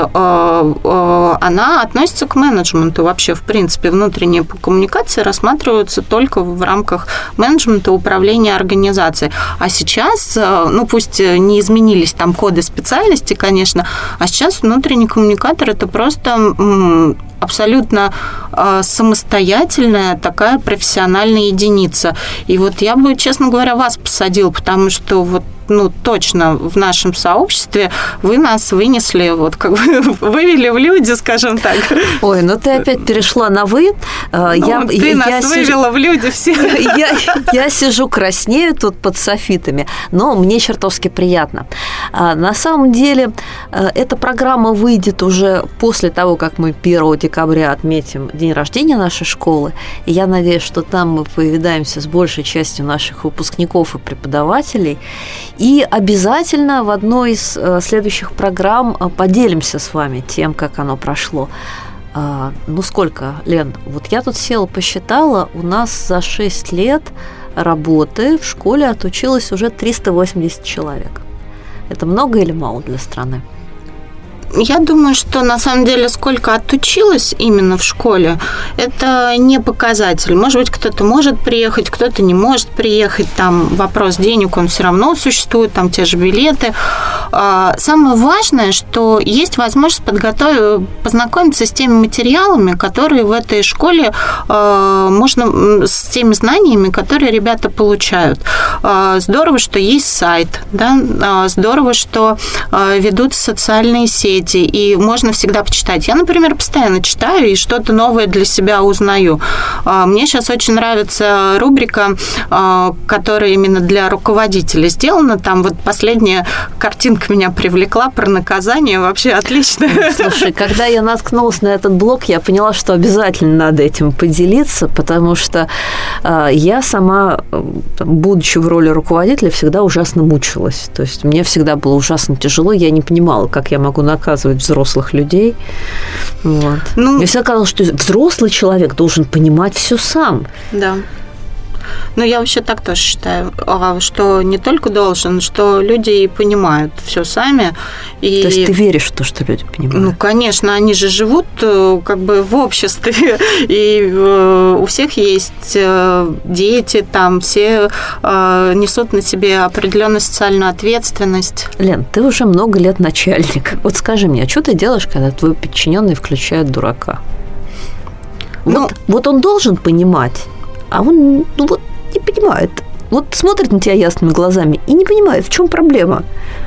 [SPEAKER 8] она относится к менеджменту вообще, в принципе, внутренние коммуникации рассматриваются только в рамках менеджмента, управления организацией. А сейчас, ну, пусть не изменились там коды специальности, конечно, а сейчас внутренний коммуникатор – это просто абсолютно самостоятельная такая профессиональная единица. И вот я бы, честно говоря, вас посадил, потому что вот ну, точно в нашем сообществе вы нас вынесли, вот как бы вывели в люди, скажем так.
[SPEAKER 7] Ой, ну ты опять перешла на «вы».
[SPEAKER 8] Ну, я, ты я, нас я вывела сижу, в люди все.
[SPEAKER 7] Я, я сижу краснею тут под софитами, но мне чертовски приятно. На самом деле, эта программа выйдет уже после того, как мы первого декабря отметим день рождения нашей школы, и я надеюсь, что там мы повидаемся с большей частью наших выпускников и преподавателей, и обязательно в одной из следующих программ поделимся с вами тем, как оно прошло. Ну, сколько, Лен? Вот я тут села, посчитала, у нас за шесть лет работы в школе отучилось уже триста восемьдесят человек. Это много или мало для страны?
[SPEAKER 8] Я думаю, что на самом деле сколько отучилась именно в школе, это не показатель. Может быть, кто-то может приехать, кто-то не может приехать. Там вопрос денег, он все равно существует, там те же билеты. Самое важное, что есть возможность подготовить, познакомиться с теми материалами, которые в этой школе можно, с теми знаниями, которые ребята получают. Здорово, что есть сайт, да? Здорово, что ведут социальные сети, и можно всегда почитать. Я, например, постоянно читаю и что-то новое для себя узнаю. Мне сейчас очень нравится рубрика, которая именно для руководителей сделана. Там вот последняя картинка меня привлекла про наказание. Вообще отлично.
[SPEAKER 7] Слушай, когда я наткнулась на этот блог, я поняла, что обязательно надо этим поделиться, потому что я сама, будучи в роли руководителя, всегда ужасно мучилась. То есть мне всегда было ужасно тяжело. Я не понимала, как я могу наказывать взрослых людей. Вот. Ну, мне всегда казалось, что взрослый человек должен понимать все сам.
[SPEAKER 8] Да. Ну, я вообще так тоже считаю, что не только должен, что люди и понимают все сами. И...
[SPEAKER 7] То есть ты веришь в то, что люди понимают?
[SPEAKER 8] Ну, конечно, они же живут как бы в обществе, и у всех есть дети, там все несут на себе определенную социальную ответственность.
[SPEAKER 7] Лен, ты уже много лет начальник. Вот скажи мне, а что ты делаешь, когда твой подчиненный включает дурака? Ну, вот, вот он должен понимать, а он, ну вот, не понимает. Вот смотрит на тебя ясными глазами и не понимает, в чем проблема.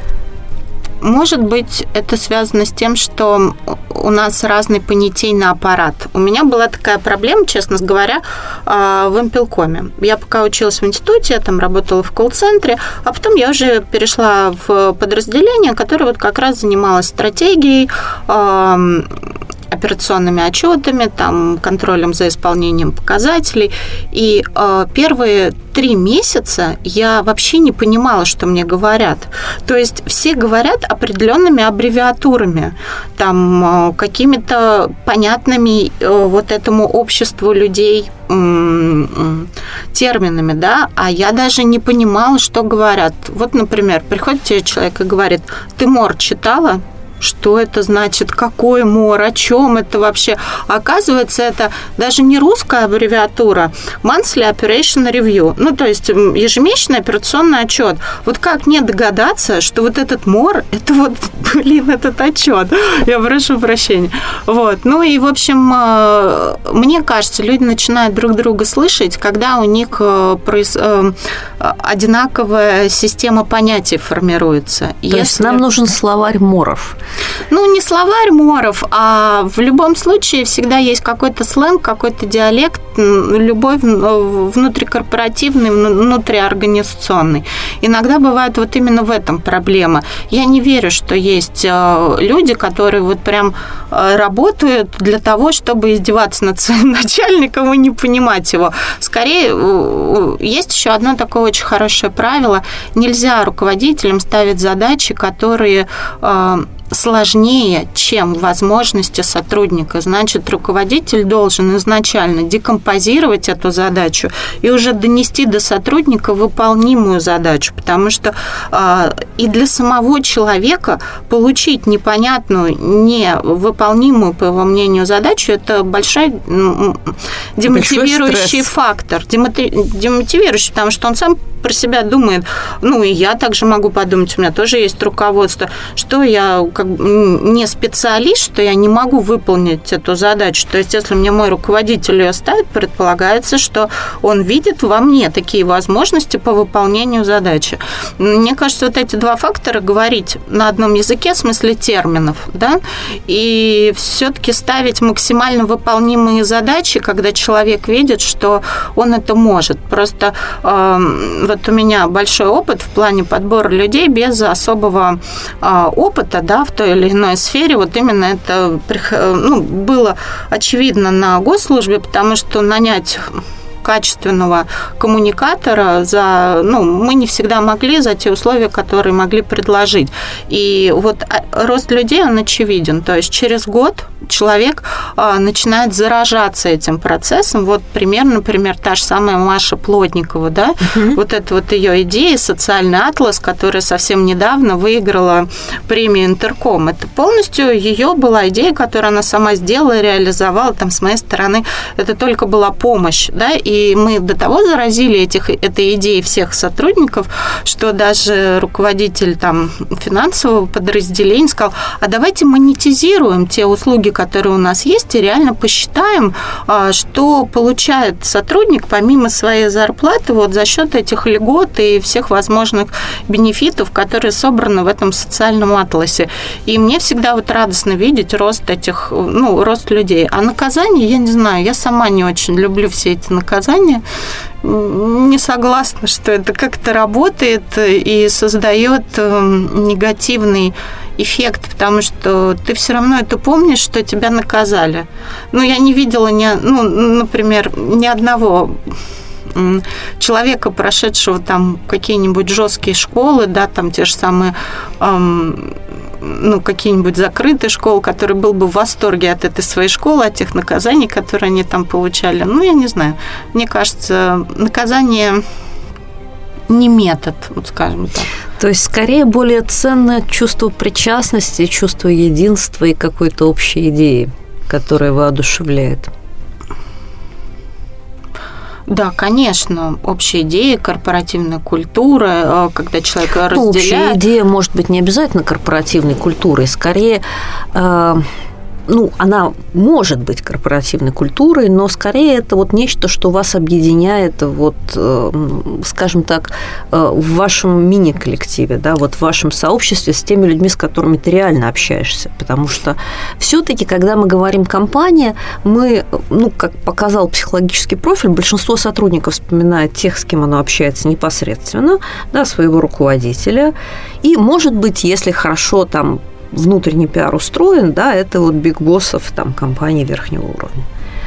[SPEAKER 8] Может быть, это связано с тем, что у нас разный понятийный аппарат. У меня была такая проблема, честно говоря, в Импелкоме. Я пока училась в институте, я там работала в колл-центре, а потом я уже перешла в подразделение, которое вот как раз занималось стратегией, операционными отчетами, там, контролем за исполнением показателей. И э, первые три месяца я вообще не понимала, что мне говорят. То есть все говорят определенными аббревиатурами, там, э, какими-то понятными э, вот этому обществу людей терминами, да, а я даже не понимала, что говорят. Вот, например, приходит тебе человек и говорит: «Ты МОР читала?» Что это значит? Какой МОР? О чем это вообще? Оказывается, это даже не русская аббревиатура. Monthly Operation Review. Ну, то есть ежемесячный операционный отчет. Вот как не догадаться, что вот этот МОР, это вот, блин, этот отчет. Я прошу прощения. Вот. Ну и, в общем, мне кажется, люди начинают друг друга слышать, когда у них одинаковая система понятий формируется.
[SPEAKER 7] То
[SPEAKER 8] Если...
[SPEAKER 7] есть нам нужен словарь МОРов.
[SPEAKER 8] Ну, не словарь МОРов, а в любом случае всегда есть какой-то сленг, какой-то диалект, любой внутрикорпоративный, внутриорганизационный. Иногда бывает вот именно в этом проблема. Я не верю, что есть люди, которые вот прям работают для того, чтобы издеваться над своим начальником и не понимать его. Скорее, есть еще одно такое очень хорошее правило. Нельзя руководителям ставить задачи, которые сложнее, чем возможности сотрудника. Значит, руководитель должен изначально декомпозировать эту задачу и уже донести до сотрудника выполнимую задачу, потому что э, и для самого человека получить непонятную, невыполнимую, по его мнению, задачу – это большой демотивирующий фактор. Демотивирующий, потому что он сам про себя думает, ну, и я также могу подумать, у меня тоже есть руководство, что я как бы не специалист, что я не могу выполнить эту задачу. То есть, если мне мой руководитель ее ставит, предполагается, что он видит во мне такие возможности по выполнению задачи. Мне кажется, вот эти два фактора говорить на одном языке, в смысле терминов, да, и все-таки ставить максимально выполнимые задачи, когда человек видит, что он это может. Просто э, вот у меня большой опыт в плане подбора людей без особого э, опыта, да, в той или иной сфере. Вот именно это, ну, было очевидно на госслужбе, потому что нанять качественного коммуникатора за, ну, мы не всегда могли за те условия, которые могли предложить. И вот рост людей, он очевиден. То есть через год человек а, начинает заражаться этим процессом. Вот пример, например, та же самая Маша Плотникова, да, uh-huh. вот это вот ее идея, социальный атлас, которая совсем недавно выиграла премию Интерком. Это полностью ее была идея, которую она сама сделала, реализовала. Там с моей стороны это только была помощь, да, и мы до того заразили этих, этой идеей всех сотрудников, что даже руководитель там финансового подразделения сказал, а давайте монетизируем те услуги, которые у нас есть, и реально посчитаем, что получает сотрудник помимо своей зарплаты вот за счет этих льгот и всех возможных бенефитов, которые собраны в этом социальном атласе. И мне всегда вот радостно видеть рост этих, ну, рост людей. А наказание, я не знаю, я сама не очень люблю все эти наказания. Не согласна, что это как-то работает и создает негативный эффект, потому что ты все равно это помнишь, что тебя наказали. Ну, я не видела, ни, ну, например, ни одного человека, прошедшего там какие-нибудь жесткие школы, да, там те же самые, эм, ну, какие-нибудь закрытые школы, который был бы в восторге от этой своей школы, от тех наказаний, которые они там получали. Ну, я не знаю. Мне кажется, наказание не метод, вот скажем так.
[SPEAKER 7] То есть, скорее, более ценно чувство причастности, чувство единства и какой-то общей идеи, которая воодушевляет.
[SPEAKER 8] Да, конечно, общая идея, корпоративная культура, когда человек разделяет.
[SPEAKER 7] Ну, общая идея может быть не обязательно корпоративной культурой, скорее, э, ну, она может быть корпоративной культурой, но скорее это вот нечто, что вас объединяет, вот, э, скажем так, э, в вашем мини-коллективе, да, вот в вашем сообществе с теми людьми, с которыми ты реально общаешься. Потому что все-таки, когда мы говорим компания, мы, ну, как показал психологический профиль, большинство сотрудников вспоминает тех, с кем оно общается непосредственно, да, своего руководителя. И, может быть, если хорошо там внутренний пиар устроен, да, это вот биг-боссов там компаний верхнего уровня.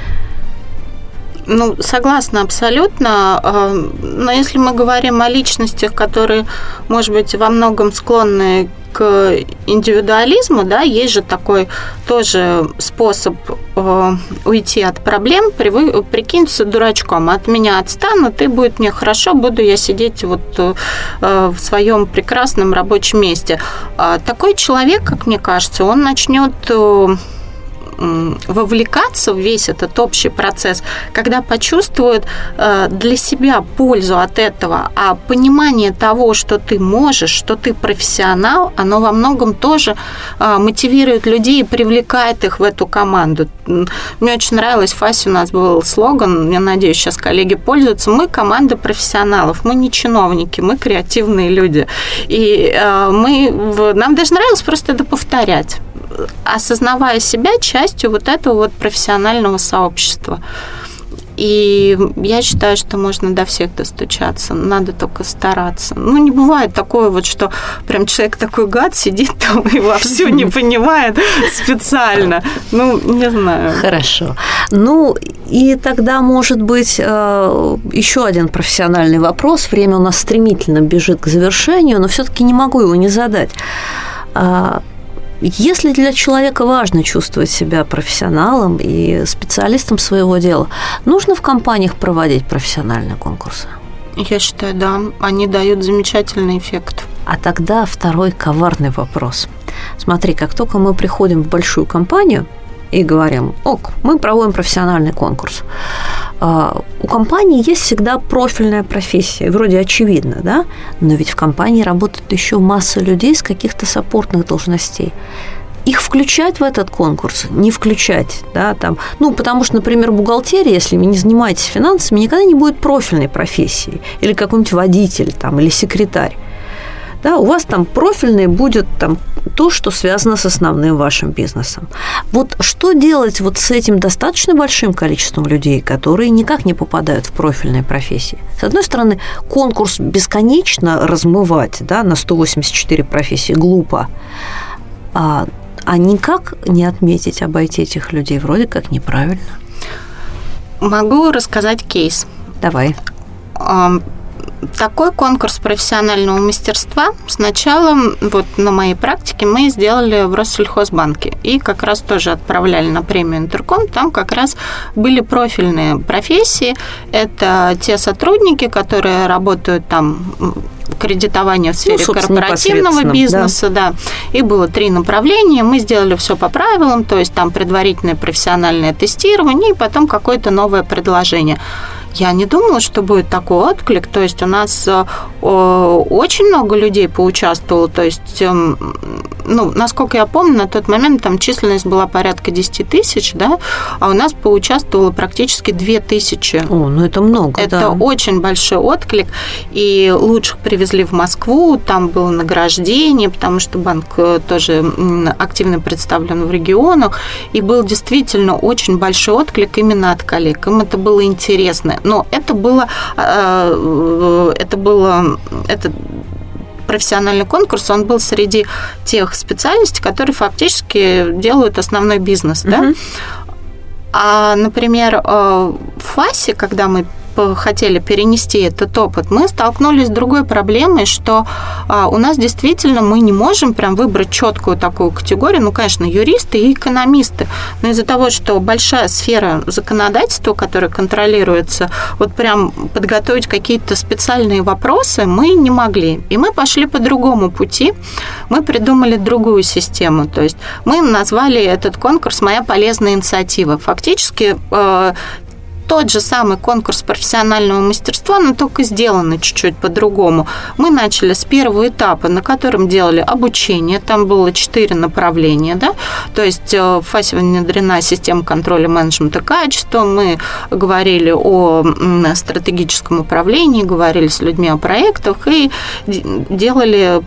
[SPEAKER 8] Ну, согласна абсолютно. Но если мы говорим о личностях, которые, может быть, во многом склонны к индивидуализму, да, есть же такой тоже способ уйти от проблем, прикинься дурачком, от меня отстанут, и будет мне хорошо, буду я сидеть вот в своем прекрасном рабочем месте. Такой человек, как мне кажется, он начнет вовлекаться в весь этот общий процесс, когда почувствует для себя пользу от этого, а понимание того, что ты можешь, что ты профессионал, оно во многом тоже мотивирует людей и привлекает их в эту команду. Мне очень нравилось, Фасе у нас был слоган, я надеюсь, сейчас коллеги пользуются, мы команда профессионалов, мы не чиновники, мы креативные люди. И мы, нам даже нравилось просто это повторять, осознавая себя частью вот этого вот профессионального сообщества. И я считаю, что можно до всех достучаться, надо только стараться. Ну, не бывает такое вот, что прям человек такой гад сидит там и вовсю не понимает специально. Ну, не знаю.
[SPEAKER 7] Хорошо. Ну, и тогда, может быть, еще один профессиональный вопрос. Время у нас стремительно бежит к завершению, но все-таки не могу его не задать. Если для человека важно чувствовать себя профессионалом и специалистом своего дела, нужно в компаниях проводить профессиональные конкурсы?
[SPEAKER 8] Я считаю, да. Они дают замечательный эффект.
[SPEAKER 7] А тогда второй коварный вопрос. Смотри, как только мы приходим в большую компанию и говорим, ок, мы проводим профессиональный конкурс, у компании есть всегда профильная профессия, вроде очевидно, да? Но ведь в компании работает еще масса людей с каких-то саппортных должностей. Их включать в этот конкурс, не включать, да, там, ну, потому что, например, бухгалтерия, если вы не занимаетесь финансами, никогда не будет профильной профессии, или какой-нибудь водитель, там, или секретарь. Да, у вас там профильное будет там то, что связано с основным вашим бизнесом. Вот что делать вот с этим достаточно большим количеством людей, которые никак не попадают в профильные профессии? С одной стороны, конкурс бесконечно размывать, да, на сто восемьдесят четыре профессии глупо, а, а никак не отметить, обойти этих людей вроде как неправильно.
[SPEAKER 8] Могу рассказать кейс.
[SPEAKER 7] Давай.
[SPEAKER 8] Такой конкурс профессионального мастерства сначала вот на моей практике мы сделали в Россельхозбанке. И как раз тоже отправляли на премию Интерком. Там как раз были профильные профессии. Это те сотрудники, которые работают там кредитование в сфере ну, корпоративного бизнеса, да. да. И было три направления. Мы сделали все по правилам, то есть там предварительное профессиональное тестирование и потом какое-то новое предложение. Я не думала, что будет такой отклик. То есть у нас э, очень много людей поучаствовало. То есть, э, ну, насколько я помню, на тот момент там численность была порядка десять тысяч, да, а у нас поучаствовало практически две тысячи.
[SPEAKER 7] О, ну это много,
[SPEAKER 8] Это
[SPEAKER 7] да.
[SPEAKER 8] очень большой отклик. И лучших привезли в Москву, там было награждение, потому что банк тоже активно представлен в регионах. И был действительно очень большой отклик именно от коллег. Им это было интересно. Но это было, это было, это профессиональный конкурс, он был среди тех специальностей, которые фактически делают основной бизнес, uh-huh. да. А, например, в ФАСе, когда мы хотели перенести этот опыт, мы столкнулись с другой проблемой, что а, у нас действительно мы не можем прям выбрать четкую такую категорию, ну, конечно, юристы и экономисты, но из-за того, что большая сфера законодательства, которая контролируется, вот прям подготовить какие-то специальные вопросы мы не могли. И мы пошли по другому пути, мы придумали другую систему, то есть мы назвали этот конкурс «Моя полезная инициатива». Фактически э, тот же самый конкурс профессионального мастерства, но только сделано чуть-чуть по-другому. Мы начали с первого этапа, на котором делали обучение. Там было четыре направления. Да? То есть в ФАСе внедрена система контроля менеджмента качества. Мы говорили о стратегическом управлении, говорили с людьми о проектах и делали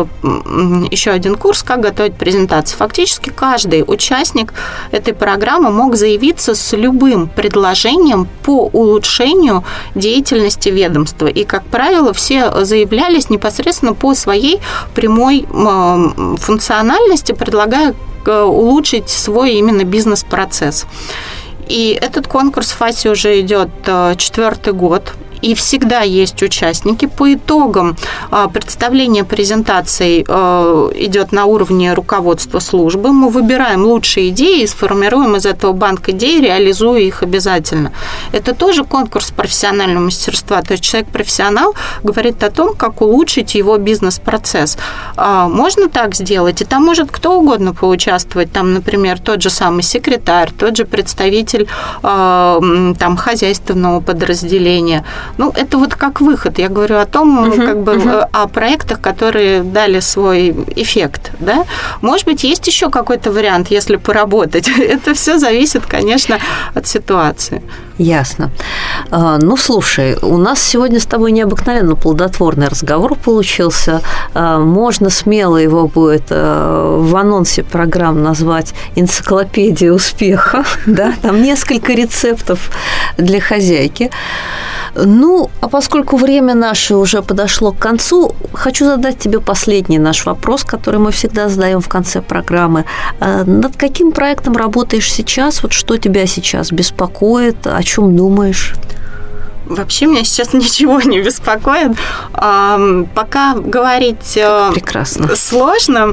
[SPEAKER 8] еще один курс, как готовить презентации. Фактически каждый участник этой программы мог заявиться с любым предложением по улучшению деятельности ведомства. И, как правило, все заявлялись непосредственно по своей прямой функциональности, предлагая улучшить свой именно бизнес-процесс. И этот конкурс в ФАСе уже идет четвертый год. И всегда есть участники. По итогам представления презентаций идет на уровне руководства службы. Мы выбираем лучшие идеи и сформируем из этого банк идей, реализуя их обязательно. Это тоже конкурс профессионального мастерства. То есть человек-профессионал говорит о том, как улучшить его бизнес-процесс. Можно так сделать, и там может кто угодно поучаствовать. Там, например, тот же самый секретарь, тот же представитель там, хозяйственного подразделения. Ну, это вот как выход. Я говорю о том, uh-huh, как бы uh-huh. о проектах, которые дали свой эффект. Да? Может быть, есть еще какой-то вариант, если поработать. Это все зависит, конечно, от ситуации.
[SPEAKER 7] Ясно. Ну, слушай, у нас сегодня с тобой необыкновенно плодотворный разговор получился. Можно смело его будет в анонсе программ назвать «Энциклопедия успеха». Да? Там несколько рецептов для хозяйки. Ну, а поскольку время наше уже подошло к концу, хочу задать тебе последний наш вопрос, который мы всегда задаем в конце программы. Над каким проектом работаешь сейчас? Вот что тебя сейчас беспокоит? О чем думаешь?
[SPEAKER 8] Вообще меня сейчас ничего не беспокоит. Пока говорить
[SPEAKER 7] Прекрасно.
[SPEAKER 8] Сложно.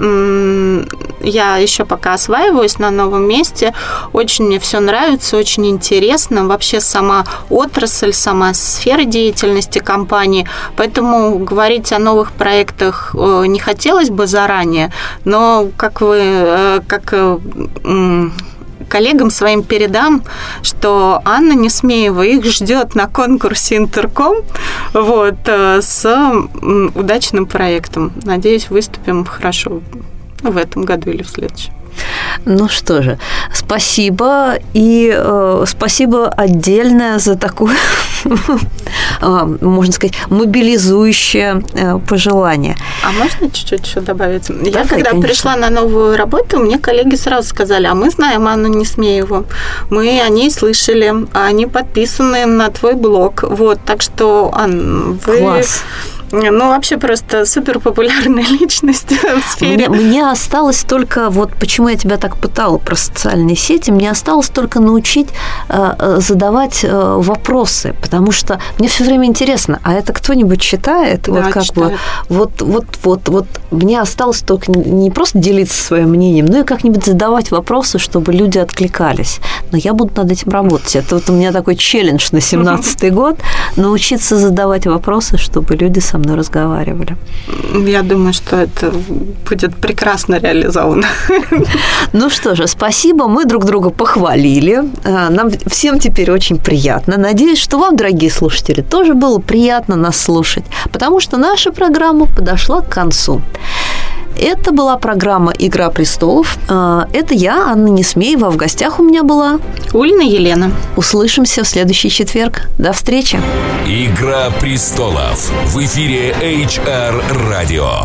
[SPEAKER 8] Я еще пока осваиваюсь на новом месте. Очень мне все нравится, очень интересно. Вообще сама отрасль, сама сфера деятельности компании. Поэтому говорить о новых проектах не хотелось бы заранее. Но как вы... как коллегам своим передам, что Анна Несмеева их ждет на конкурсе Интерком вот, с удачным проектом. Надеюсь, выступим хорошо в этом году или в следующем.
[SPEAKER 7] Ну что же, спасибо. И э, спасибо отдельное за такое, можно сказать, мобилизующее пожелание.
[SPEAKER 8] А можно чуть-чуть еще добавить? Я Давай, когда конечно. пришла на новую работу, мне коллеги сразу сказали: а мы знаем Анну Несмееву, мы о ней слышали, они подписаны на твой блог. Вот, так что, Ан, вы...
[SPEAKER 7] Класс.
[SPEAKER 8] Ну, вообще просто супер популярная личность в сфере.
[SPEAKER 7] Мне, мне осталось только, вот почему я тебя так пытала про социальные сети, мне осталось только научить э, задавать э, вопросы, потому что мне все время интересно, а это кто-нибудь читает?
[SPEAKER 8] Да,
[SPEAKER 7] вот как
[SPEAKER 8] читает.
[SPEAKER 7] бы, вот, вот, вот, вот мне осталось только не просто делиться своим мнением, но и как-нибудь задавать вопросы, чтобы люди откликались. Но я буду над этим работать. Это вот у меня такой челлендж на семнадцатый год, научиться задавать вопросы, чтобы люди со мной разговаривали.
[SPEAKER 8] Я думаю, что это будет прекрасно реализовано.
[SPEAKER 7] Ну что же, спасибо, мы друг друга похвалили. Нам всем теперь очень приятно. Надеюсь, что вам, дорогие слушатели, тоже было приятно нас слушать, потому что наша программа подошла к концу. Это была программа «Игра престолов». Это я, Анна Несмеева. В гостях у меня была
[SPEAKER 8] Ульна Елена.
[SPEAKER 7] Услышимся в следующий четверг. До встречи.
[SPEAKER 5] «Игра престолов» в эфире эйч ар Radio.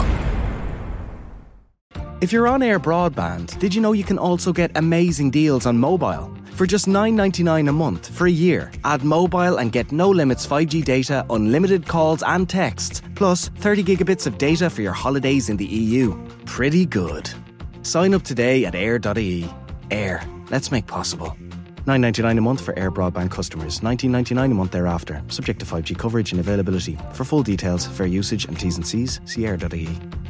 [SPEAKER 4] If you're on air broadband, did you know you can also get amazing deals on mobile? For just nine ninety-nine a month for a year, add mobile and get no limits five G data, unlimited calls and texts, plus thirty gigabits of data for your holidays in the E U. Pretty good. Sign up today at air dot I E. Air. Let's make possible. nine ninety-nine a month for air broadband customers. nineteen ninety-nine a month thereafter. Subject to five G coverage and availability. For full details, fair usage and T's and C's, see air dot I E.